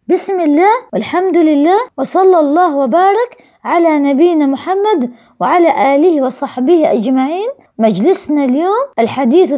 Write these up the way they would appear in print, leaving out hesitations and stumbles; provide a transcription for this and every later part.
بسم الله والحمد لله وصلى الله وبارك على نبينا محمد وعلى آله وصحبه أجمعين. مجلسنا اليوم الحديث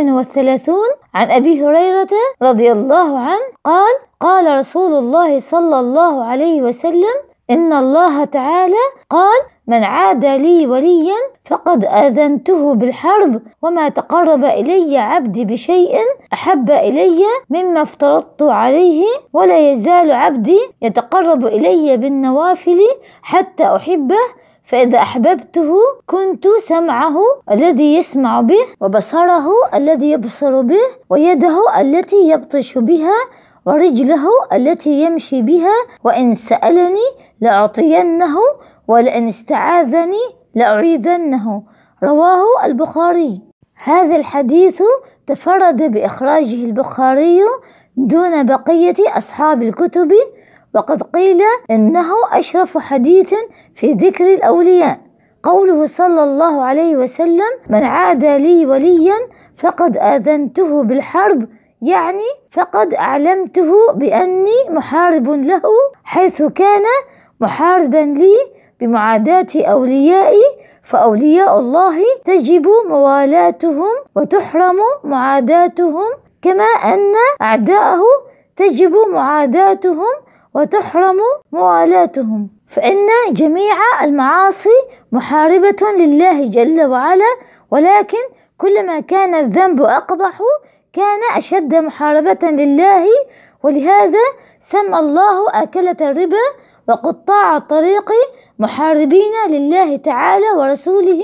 38 عن أبي هريرة رضي الله عنه قال: قال رسول الله صلى الله عليه وسلم: إن الله تعالى قال: من عادى لي وليا فقد آذنته بالحرب، وما تقرب إلي عبدي بشيء أحب إلي مما افترضت عليه، ولا يزال عبدي يتقرب إلي بالنوافل حتى أحبه، فإذا أحببته كنت سمعه الذي يسمع به، وبصره الذي يبصر به، ويده التي يبطش بها، ورجله التي يمشي بها، وإن سألني لأعطينه، ولئن استعاذني لأعيذنه. رواه البخاري. هذا الحديث تفرد بإخراجه البخاري دون بقية أصحاب الكتب، وقد قيل إنه أشرف حديث في ذكر الأولياء. قوله صلى الله عليه وسلم: من عادى لي وليا فقد آذنته بالحرب، يعني فقد أعلمته بأني محارب له، حيث كان محاربا لي بمعاداة أوليائي، فأولياء الله تجب موالاتهم وتحرم معاداتهم، كما أن أعداءه تجب معاداتهم وتحرم موالاتهم، فإن جميع المعاصي محاربة لله جل وعلا، ولكن كلما كان الذنب أقبح كان أشد محاربة لله، ولهذا سمى الله آكلة الربا وقطاع الطريق محاربين لله تعالى ورسوله،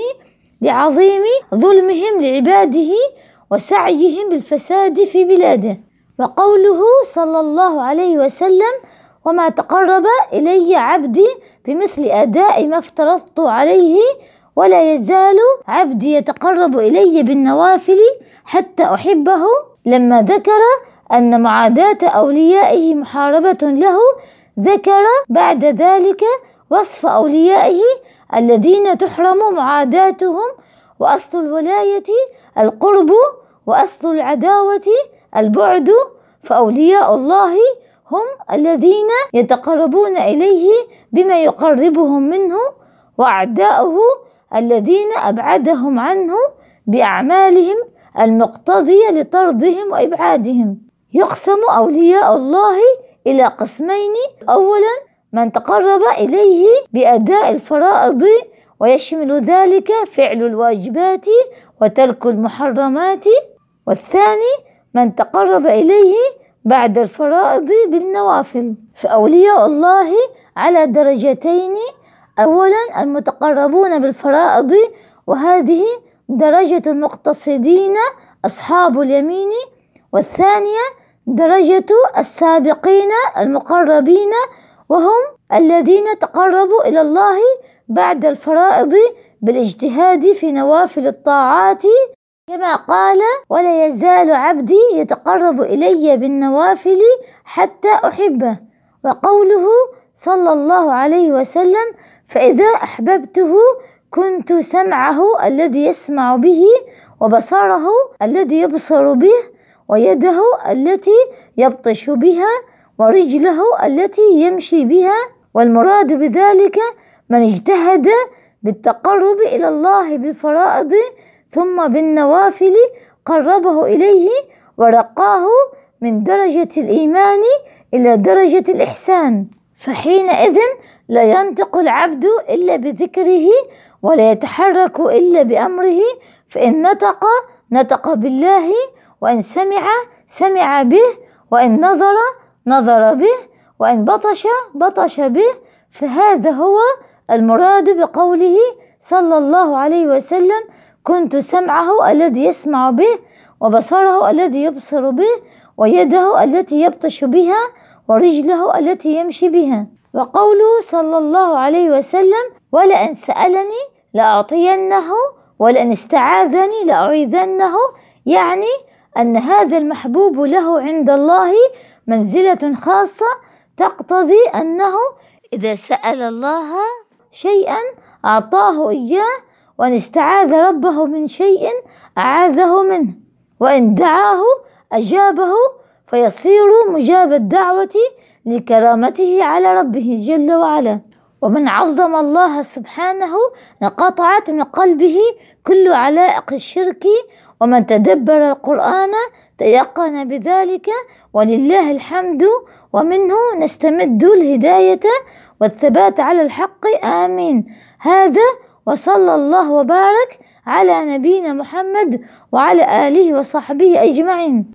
لعظيم ظلمهم لعباده وسعيهم بالفساد في بلاده. وقوله صلى الله عليه وسلم: وما تقرب إلي عبدي بمثل أداء ما افترضت عليه، ولا يزال عبدي يتقرب إلي بالنوافل حتى أحبه، لما ذكر أن معاداة أوليائه محاربة له، ذكر بعد ذلك وصف أوليائه الذين تحرم معاداتهم، وأصل الولاية القرب، وأصل العداوة البعد، فأولياء الله هم الذين يتقربون إليه بما يقربهم منه، وأعداؤه الذين أبعدهم عنه بأعمالهم المقتضية لطردهم وإبعادهم. يقسم أولياء الله إلى قسمين: أولا من تقرب إليه بأداء الفرائض، ويشمل ذلك فعل الواجبات وترك المحرمات، والثاني من تقرب إليه بعد الفرائض بالنوافل. فأولياء الله على درجتين: أولا المتقربون بالفرائض، وهذه درجة المقتصدين أصحاب اليمين، والثانية درجة السابقين المقربين، وهم الذين تقربوا إلى الله بعد الفرائض بالاجتهاد في نوافل الطاعات، كما قال: ولا يزال عبدي يتقرب إلي بالنوافل حتى أحبه. وقوله صلى الله عليه وسلم: فإذا أحببته كنت سمعه الذي يسمع به، وبصره الذي يبصر به، ويده التي يبطش بها، ورجله التي يمشي بها. والمراد بذلك من اجتهد بالتقرب إلى الله بالفرائض ثم بالنوافل قربه إليه ورقاه من درجة الإيمان إلى درجة الإحسان، فحينئذ لا ينطق العبد إلا بذكره، ولا يتحرك إلا بأمره، فإن نطق نطق بالله، وإن سمع سمع به، وإن نظر نظر به، وإن بطش بطش به. فهذا هو المراد بقوله صلى الله عليه وسلم: كنت سمعه الذي يسمع به، وبصره الذي يبصر به، ويده التي يبطش بها، ورجله التي يمشي بها. وقوله صلى الله عليه وسلم: ولئن سألني لأعطينه، ولئن استعاذني لأعيذنه، يعني أن هذا المحبوب له عند الله منزلة خاصة تقتضي أنه إذا سأل الله شيئا أعطاه إياه، وإن استعاذ ربه من شيء أعاذه منه، وإن دعاه أجابه، فيصير مجاب الدعوة لكرامته على ربه جل وعلا. ومن عظم الله سبحانه انقطعت من قلبه كل علائق الشرك، ومن تدبر القرآن تيقن بذلك، ولله الحمد، ومنه نستمد الهداية والثبات على الحق، آمين. هذا وصلى الله وبارك على نبينا محمد وعلى آله وصحبه أجمعين.